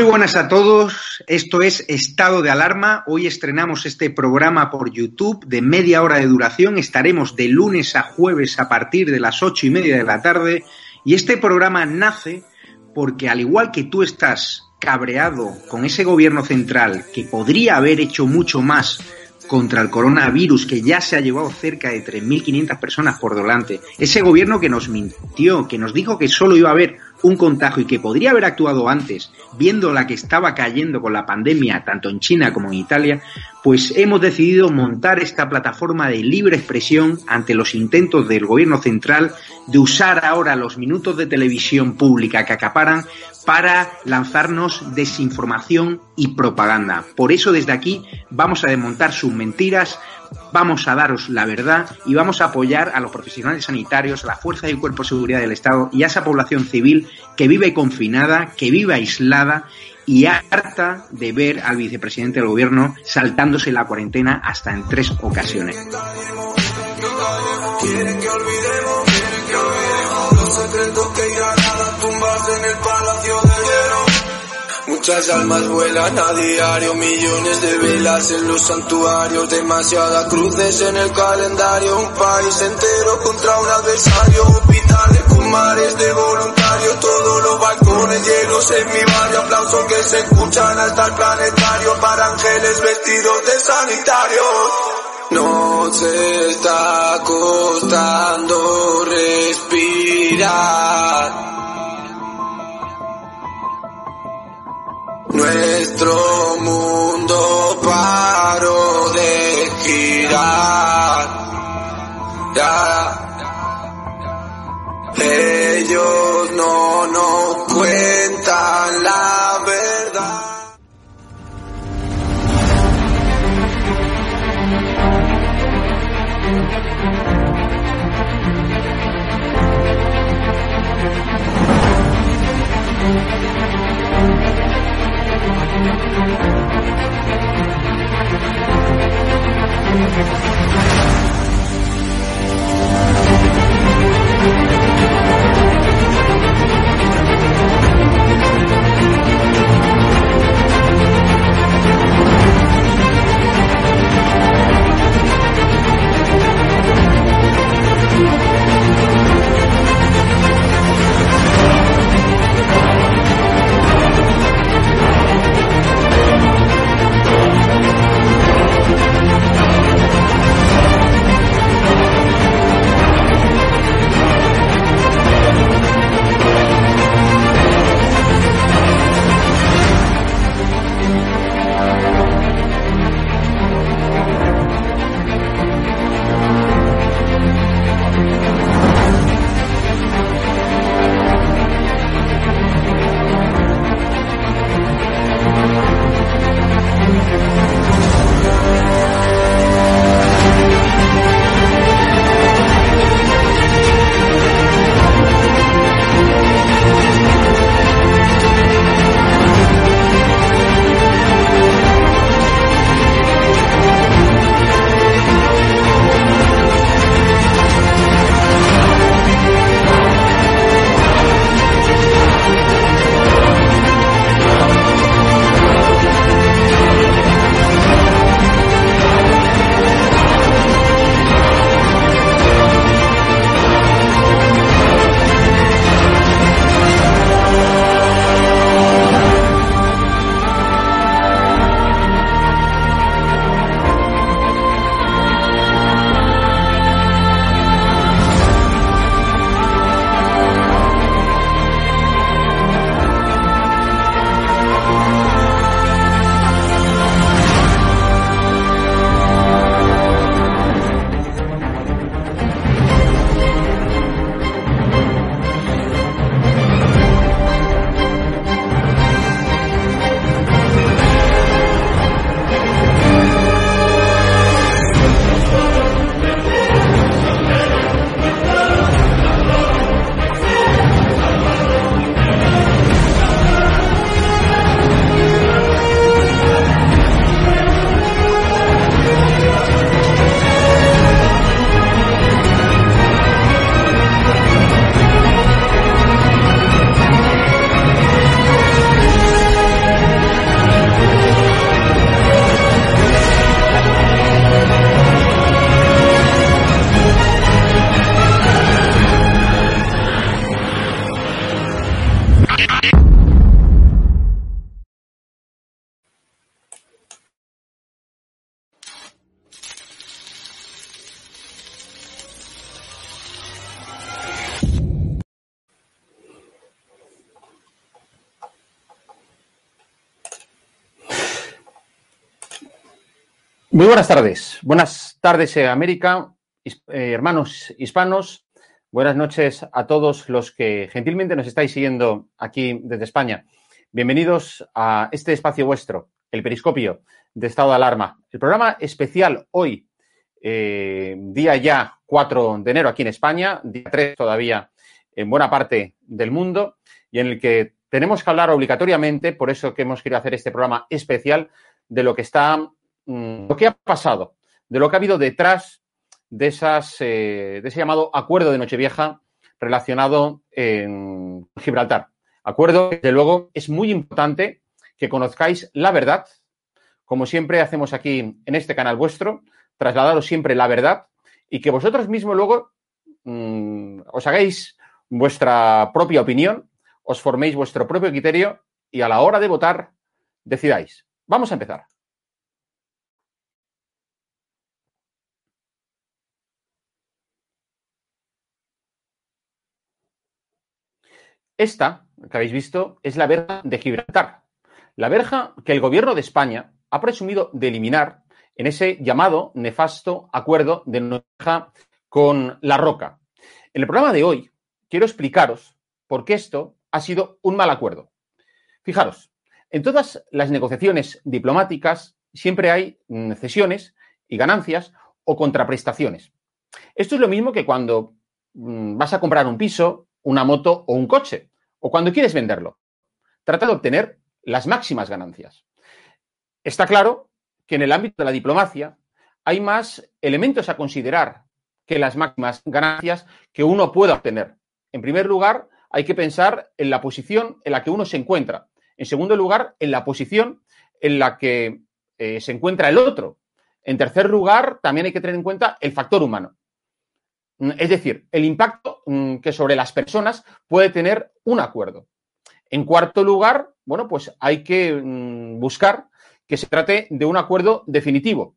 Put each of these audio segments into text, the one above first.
buenas a todos, esto es Estado de Alarma. Hoy estrenamos este programa por YouTube de media hora de duración. Estaremos de lunes a jueves a partir de las 8:30 de la tarde. Y este programa nace porque, al igual que tú estás cabreado con ese gobierno central que podría haber hecho mucho más contra el coronavirus, que ya se ha llevado cerca de 3.500 personas por delante, ese gobierno que nos mintió, que nos dijo que solo iba a haber un contagio y que podría haber actuado antes, viendo la que estaba cayendo con la pandemia tanto en China como en Italia, pues hemos decidido montar esta plataforma de libre expresión ante los intentos del gobierno central de usar ahora los minutos de televisión pública que acaparan para lanzarnos desinformación y propaganda. Por eso desde aquí vamos a desmontar sus mentiras, vamos a daros la verdad y vamos a apoyar a los profesionales sanitarios, a las fuerzas y cuerpos de seguridad del Estado y a esa población civil que vive confinada, que vive aislada y harta de ver al vicepresidente del gobierno saltándose la cuarentena hasta en 3 ocasiones. Quieren que olvidemos los secretos que irán a las tumbas en el palacio de hierro. Muchas almas vuelan a diario, millones de velas en los santuarios, demasiadas cruces en el calendario, un país entero contra un adversario, hospitales con mares de voluntarios, todos los balcones llenos en mi barrio, aplausos que se escuchan hasta el planetario, para ángeles vestidos de sanitarios. Nos está costando respirar. Nuestro mundo paró de girar. Ellos no nos cuentan la verdad. Muy buenas tardes América, hermanos hispanos, buenas noches a todos los que gentilmente nos estáis siguiendo aquí desde España. Bienvenidos a este espacio vuestro, el Periscopio de Estado de Alarma, el programa especial hoy, día ya 4 de enero aquí en España, día 3 todavía en buena parte del mundo, y en el que tenemos que hablar obligatoriamente, por eso que hemos querido hacer este programa especial, de lo que ha pasado, de lo que ha habido detrás de ese llamado acuerdo de Nochevieja relacionado en Gibraltar. Acuerdo, desde luego, es muy importante que conozcáis la verdad, como siempre hacemos aquí en este canal vuestro, trasladaros siempre la verdad y que vosotros mismos luego os hagáis vuestra propia opinión, os forméis vuestro propio criterio y a la hora de votar decidáis. Vamos a empezar. Esta, que habéis visto, es la verja de Gibraltar. La verja que el gobierno de España ha presumido de eliminar en ese llamado nefasto acuerdo de Nochevieja con La Roca. En el programa de hoy quiero explicaros por qué esto ha sido un mal acuerdo. Fijaros, en todas las negociaciones diplomáticas siempre hay cesiones y ganancias o contraprestaciones. Esto es lo mismo que cuando vas a comprar un piso, una moto o un coche, o cuando quieres venderlo. Trata de obtener las máximas ganancias. Está claro que en el ámbito de la diplomacia hay más elementos a considerar que las máximas ganancias que uno pueda obtener. En primer lugar, hay que pensar en la posición en la que uno se encuentra. En segundo lugar, en la posición en la que se encuentra el otro. En tercer lugar, también hay que tener en cuenta el factor humano. Es decir, el impacto que sobre las personas puede tener un acuerdo. En cuarto lugar, bueno, pues hay que buscar que se trate de un acuerdo definitivo.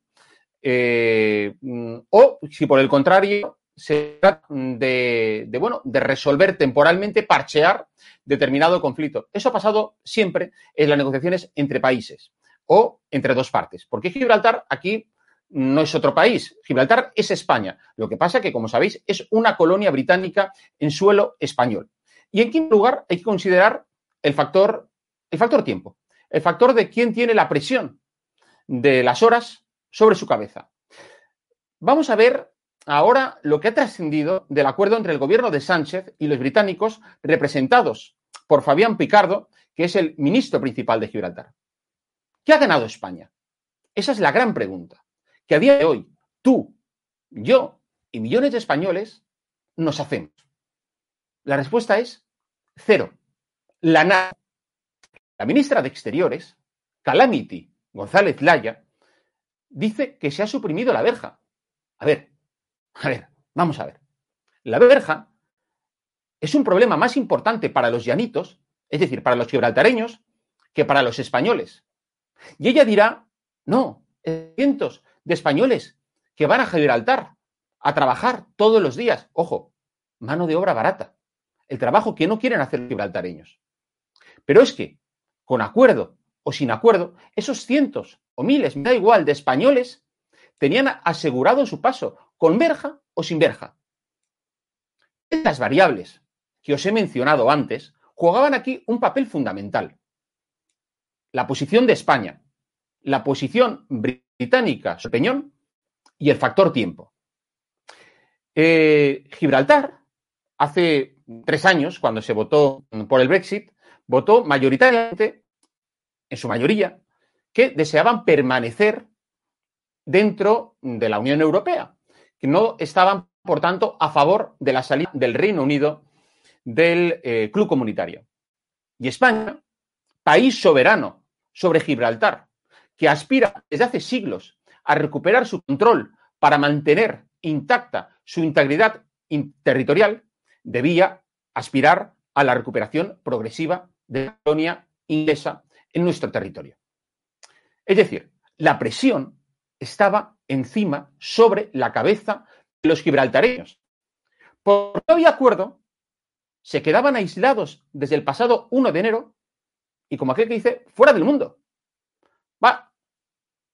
O, si por el contrario, se trata de resolver temporalmente, parchear determinado conflicto. Eso ha pasado siempre en las negociaciones entre países o entre dos partes. Porque Gibraltar aquí no es otro país. Gibraltar es España. Lo que pasa que, como sabéis, es una colonia británica en suelo español. Y en quinto lugar hay que considerar el factor tiempo. El factor de quién tiene la presión de las horas sobre su cabeza. Vamos a ver ahora lo que ha trascendido del acuerdo entre el gobierno de Sánchez y los británicos, representados por Fabián Picardo, que es el ministro principal de Gibraltar. ¿Qué ha ganado España? Esa es la gran pregunta. Que a día de hoy, tú, yo y millones de españoles nos hacemos. La respuesta es cero. La nada. La ministra de Exteriores, Calamity González Laya, dice que se ha suprimido la verja. A ver, vamos a ver. La verja es un problema más importante para los llanitos, es decir, para los gibraltareños, que para los españoles. Y ella dirá, no, cientos de españoles que van a Gibraltar a trabajar todos los días. Ojo, mano de obra barata. El trabajo que no quieren hacer los gibraltareños. Pero es que, con acuerdo o sin acuerdo, esos cientos o miles, me da igual, de españoles tenían asegurado su paso, con verja o sin verja. Estas variables que os he mencionado antes jugaban aquí un papel fundamental. La posición de España, la posición británica sobre Peñón y el factor tiempo. Gibraltar, hace 3 años, cuando se votó por el Brexit, votó mayoritariamente, en su mayoría, que deseaban permanecer dentro de la Unión Europea, que no estaban, por tanto, a favor de la salida del Reino Unido del club comunitario. Y España, país soberano sobre Gibraltar, que aspira desde hace siglos a recuperar su control para mantener intacta su integridad territorial, debía aspirar a la recuperación progresiva de la colonia inglesa en nuestro territorio. Es decir, la presión estaba encima, sobre la cabeza de los gibraltareños. Por no había acuerdo, se quedaban aislados desde el pasado 1 de enero y, como aquel que dice, fuera del mundo.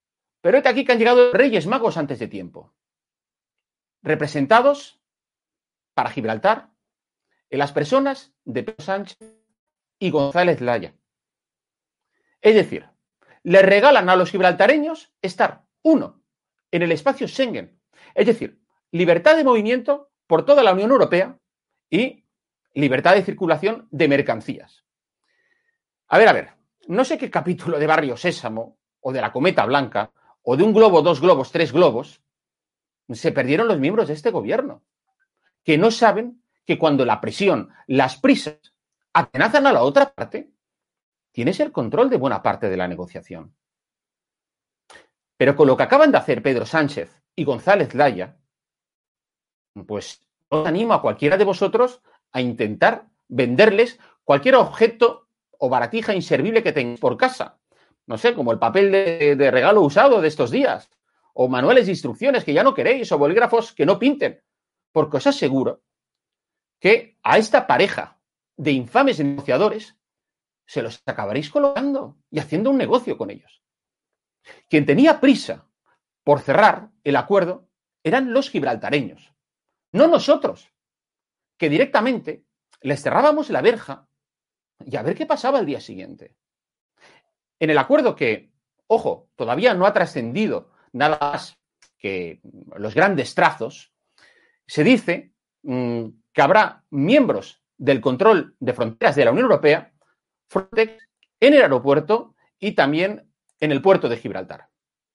Pero aquí que han llegado Reyes Magos antes de tiempo, representados para Gibraltar en las personas de Pedro Sánchez y González Laya. Es decir, le regalan a los gibraltareños estar, uno, en el espacio Schengen, es decir, libertad de movimiento por toda la Unión Europea y libertad de circulación de mercancías. A ver, no sé qué capítulo de Barrio Sésamo, o de la Cometa Blanca, o de un globo, dos globos, tres globos, se perdieron los miembros de este gobierno, que no saben que cuando la presión, las prisas, amenazan a la otra parte, tienes el control de buena parte de la negociación. Pero con lo que acaban de hacer Pedro Sánchez y González Laya, pues os animo a cualquiera de vosotros a intentar venderles cualquier objeto o baratija inservible que tengáis por casa. No sé, como el papel de regalo usado de estos días, o manuales de instrucciones que ya no queréis, o bolígrafos que no pinten. Porque os aseguro que a esta pareja de infames negociadores se los acabaréis colocando y haciendo un negocio con ellos. Quien tenía prisa por cerrar el acuerdo eran los gibraltareños, no nosotros, que directamente les cerrábamos la verja y a ver qué pasaba el día siguiente. En el acuerdo que, ojo, todavía no ha trascendido nada más que los grandes trazos, se dice que habrá miembros del control de fronteras de la Unión Europea, Frontex, en el aeropuerto y también en el puerto de Gibraltar.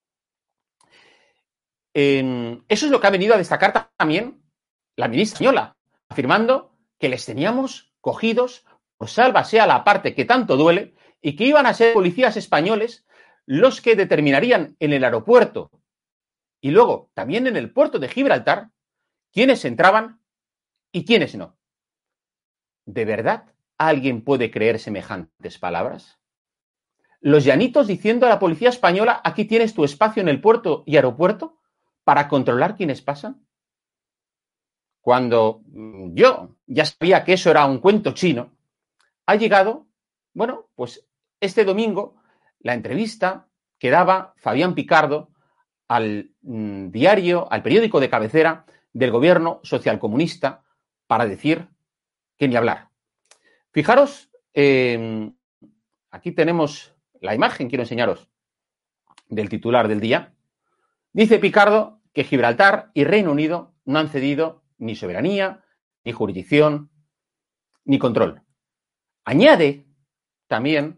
Eso es lo que ha venido a destacar también la ministra española, afirmando que les teníamos cogidos por sálvase a la parte que tanto duele y que iban a ser policías españoles los que determinarían en el aeropuerto y luego también en el puerto de Gibraltar quiénes entraban y quiénes no. ¿De verdad alguien puede creer semejantes palabras? Los llanitos diciendo a la policía española, aquí tienes tu espacio en el puerto y aeropuerto para controlar quiénes pasan. Cuando yo ya sabía que eso era un cuento chino, ha llegado, bueno, pues este domingo, la entrevista que daba Fabián Picardo al diario, al periódico de cabecera del gobierno socialcomunista para decir que ni hablar. Fijaros, aquí tenemos la imagen, quiero enseñaros, del titular del día. Dice Picardo que Gibraltar y Reino Unido no han cedido ni soberanía, ni jurisdicción, ni control. Añade también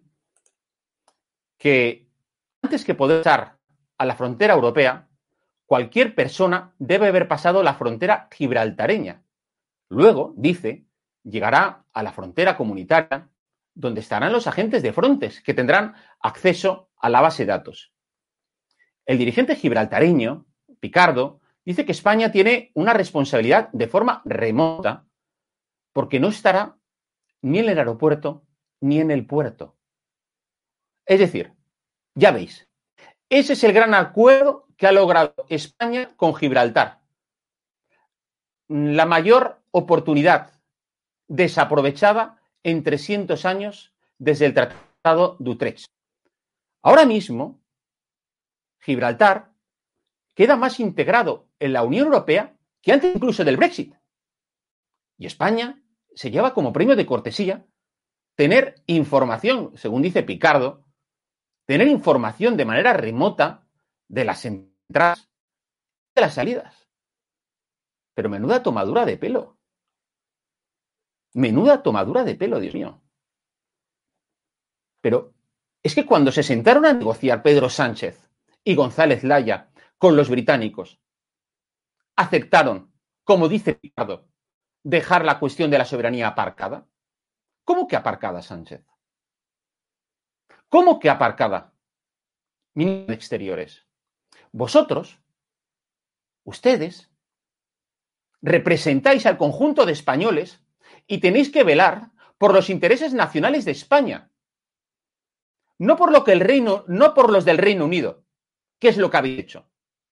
que antes que poder pasar a la frontera europea, cualquier persona debe haber pasado la frontera gibraltareña. Luego, dice, llegará a la frontera comunitaria, donde estarán los agentes de Frontex, que tendrán acceso a la base de datos. El dirigente gibraltareño, Picardo, dice que España tiene una responsabilidad de forma remota porque no estará ni en el aeropuerto ni en el puerto. Es decir, ya veis, ese es el gran acuerdo que ha logrado España con Gibraltar. La mayor oportunidad desaprovechada en 300 años desde el Tratado de Utrecht. Ahora mismo, Gibraltar queda más integrado en la Unión Europea que antes incluso del Brexit. Y España se lleva como premio de cortesía tener información, según dice Picardo, tener información de manera remota de las entradas y de las salidas. Pero menuda tomadura de pelo. Menuda tomadura de pelo, Dios mío. Pero es que cuando se sentaron a negociar Pedro Sánchez y González Laya con los británicos, aceptaron, como dice Picardo, dejar la cuestión de la soberanía aparcada. ¿Cómo que aparcada, Sánchez? ¿Cómo que aparcada? Ministro de Exteriores. Vosotros, ustedes, representáis al conjunto de españoles y tenéis que velar por los intereses nacionales de España. No por lo que no por los del Reino Unido. ¿Qué es lo que habéis hecho?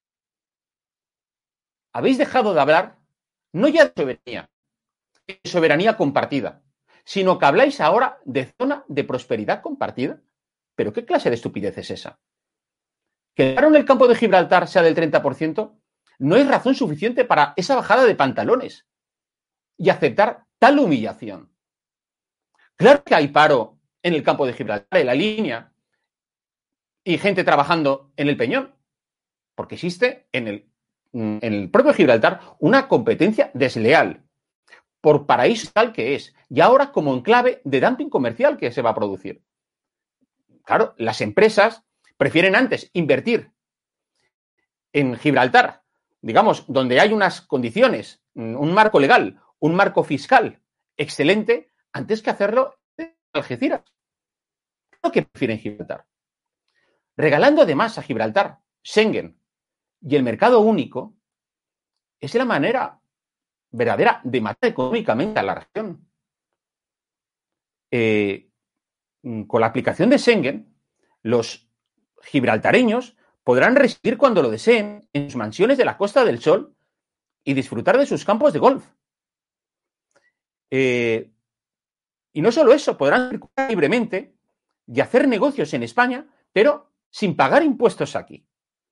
Habéis dejado de hablar no ya de soberanía compartida, sino que habláis ahora de zona de prosperidad compartida. ¿Pero qué clase de estupidez es esa? Que el paro en el campo de Gibraltar sea del 30% no es razón suficiente para esa bajada de pantalones y aceptar tal humillación. Claro que hay paro en el campo de Gibraltar, en la línea, y gente trabajando en el Peñón, porque existe en el propio Gibraltar una competencia desleal por paraíso tal que es, y ahora como enclave de dumping comercial que se va a producir. Claro, las empresas prefieren antes invertir en Gibraltar, digamos, donde hay unas condiciones, un marco legal, un marco fiscal excelente, antes que hacerlo en Algeciras. Lo que prefieren Gibraltar. Regalando además a Gibraltar Schengen y el mercado único, es la manera verdadera de matar económicamente a la región. Con la aplicación de Schengen, los gibraltareños podrán residir cuando lo deseen en sus mansiones de la Costa del Sol y disfrutar de sus campos de golf. Y no solo eso, podrán circular libremente y hacer negocios en España, pero sin pagar impuestos aquí.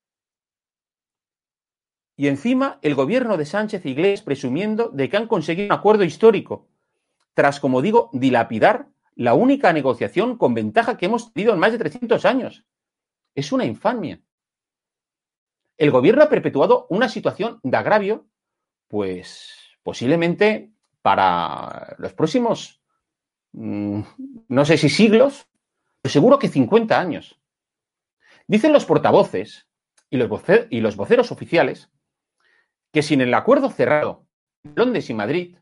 Y encima el gobierno de Sánchez y Iglesias presumiendo de que han conseguido un acuerdo histórico, tras, como digo, dilapidar la única negociación con ventaja que hemos tenido en más de 300 años. Es una infamia. El gobierno ha perpetuado una situación de agravio, pues posiblemente para los próximos, no sé si siglos, pero seguro que 50 años. Dicen los portavoces y los voceros oficiales que sin el acuerdo cerrado en Londres y Madrid,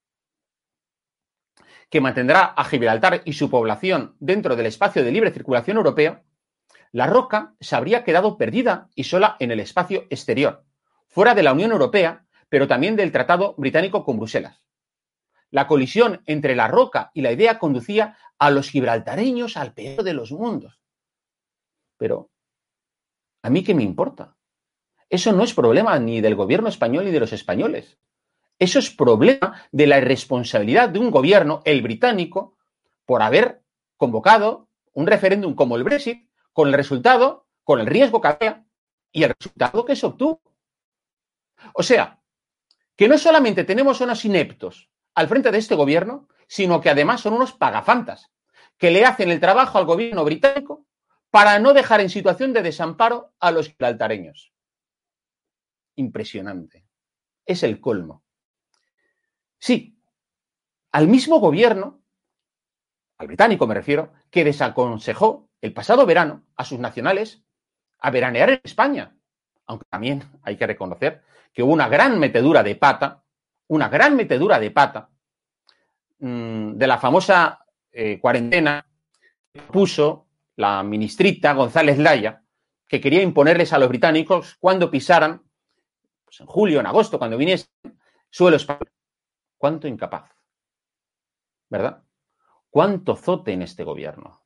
que mantendrá a Gibraltar y su población dentro del espacio de libre circulación europeo, la Roca se habría quedado perdida y sola en el espacio exterior, fuera de la Unión Europea, pero también del Tratado Británico con Bruselas. La colisión entre la Roca y la idea conducía a los gibraltareños al peor de los mundos. Pero, ¿a mí qué me importa? Eso no es problema ni del gobierno español ni de los españoles. Eso es problema de la irresponsabilidad de un gobierno, el británico, por haber convocado un referéndum como el Brexit, con el resultado, con el riesgo que había y el resultado que se obtuvo. O sea, que no solamente tenemos unos ineptos al frente de este gobierno, sino que además son unos pagafantas que le hacen el trabajo al gobierno británico para no dejar en situación de desamparo a los gibraltareños. Impresionante. Es el colmo. Sí, al mismo gobierno, al británico me refiero, que desaconsejó el pasado verano a sus nacionales a veranear en España. Aunque también hay que reconocer que hubo una gran metedura de pata de la famosa cuarentena que puso la ministrita González Laya, que quería imponerles a los británicos cuando pisaran, pues en julio, en agosto, cuando viniesen, suelo español. ¿Cuánto incapaz? ¿Verdad? ¿Cuánto zote en este gobierno?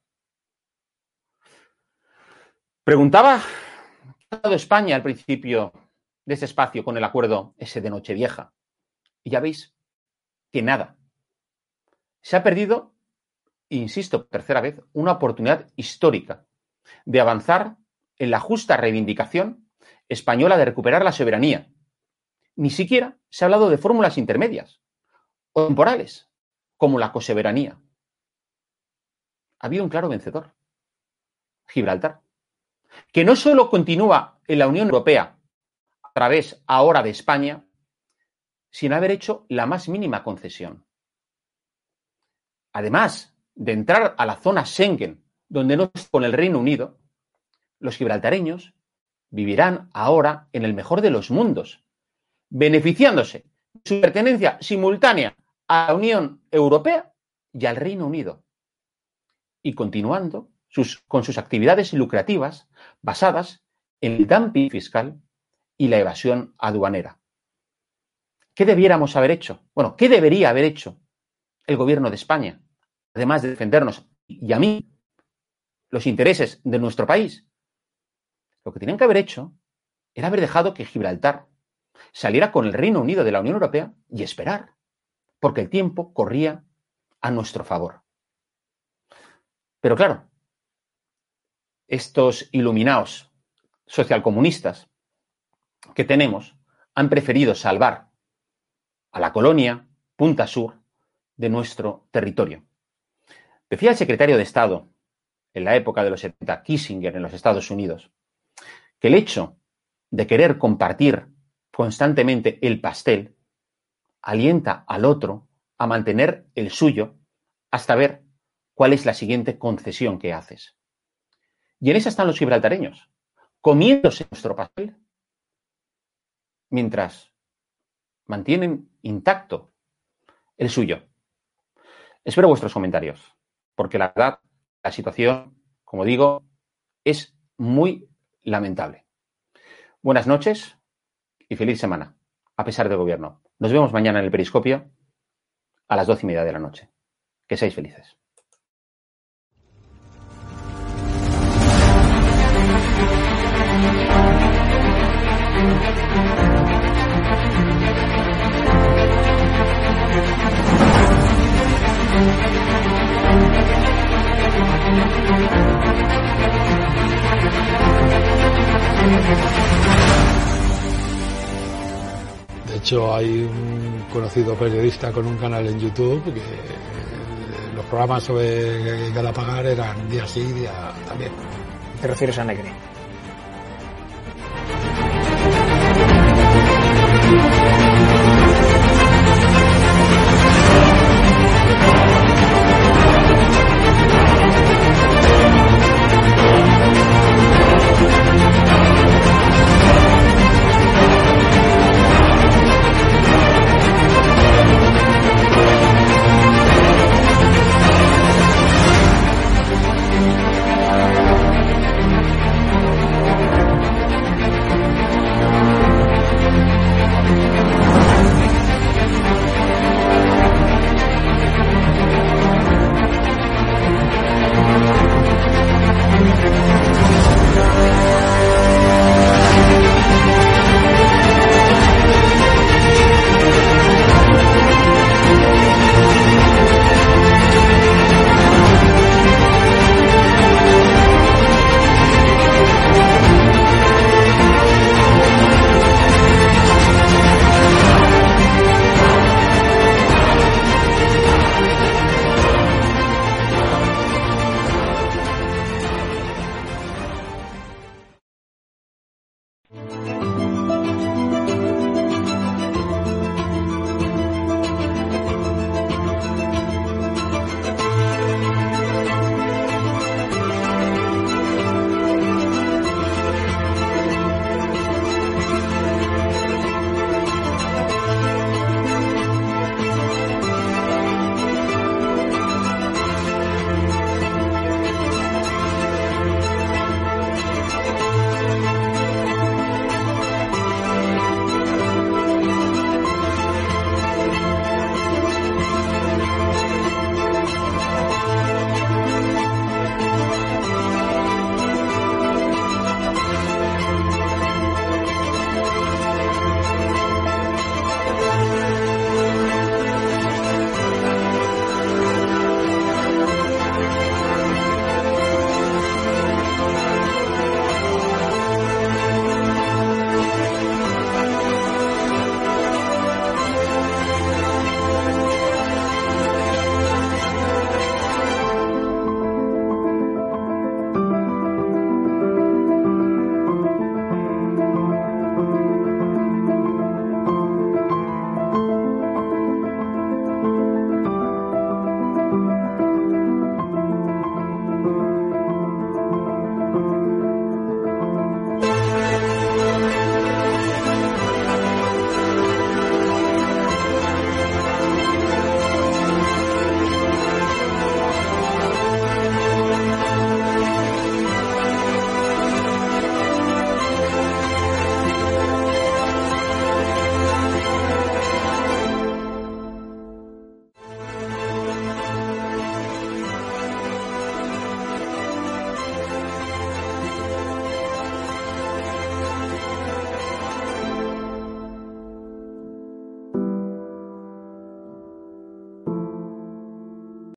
Preguntaba, ¿qué ha dado España al principio de este espacio con el acuerdo ese de Nochevieja? Y ya veis que nada. Se ha perdido, insisto, por tercera vez, una oportunidad histórica de avanzar en la justa reivindicación española de recuperar la soberanía. Ni siquiera se ha hablado de fórmulas intermedias o temporales, como la cosoberanía. Ha habido un claro vencedor, Gibraltar, que no solo continúa en la Unión Europea a través ahora de España, sin haber hecho la más mínima concesión. Además de entrar a la zona Schengen, donde no es con el Reino Unido, los gibraltareños vivirán ahora en el mejor de los mundos, beneficiándose de su pertenencia simultánea a la Unión Europea y al Reino Unido, y continuando con sus actividades lucrativas basadas en el dumping fiscal y la evasión aduanera. ¿Qué debiéramos haber hecho? Bueno, ¿qué debería haber hecho el gobierno de España, además de defendernos y a mí los intereses de nuestro país? Lo que tenían que haber hecho era haber dejado que Gibraltar saliera con el Reino Unido de la Unión Europea y esperar, porque el tiempo corría a nuestro favor. Pero claro, estos iluminados socialcomunistas que tenemos han preferido salvar a la colonia Punta Sur de nuestro territorio. Decía el secretario de Estado en la época de los 70, Kissinger, en los Estados Unidos, que el hecho de querer compartir constantemente el pastel alienta al otro a mantener el suyo hasta ver cuál es la siguiente concesión que haces. Y en esa están los gibraltareños, comiéndose nuestro pastel, mientras mantienen intacto el suyo. Espero vuestros comentarios, porque la verdad, la situación, como digo, es muy lamentable. Buenas noches y feliz semana, a pesar del gobierno. Nos vemos mañana en el Periscopio a las 12:30 de la noche. Que seáis felices. De hecho, hay un conocido periodista con un canal en YouTube que los programas sobre Galapagar eran día sí, día también. ¿Te refieres a Negri?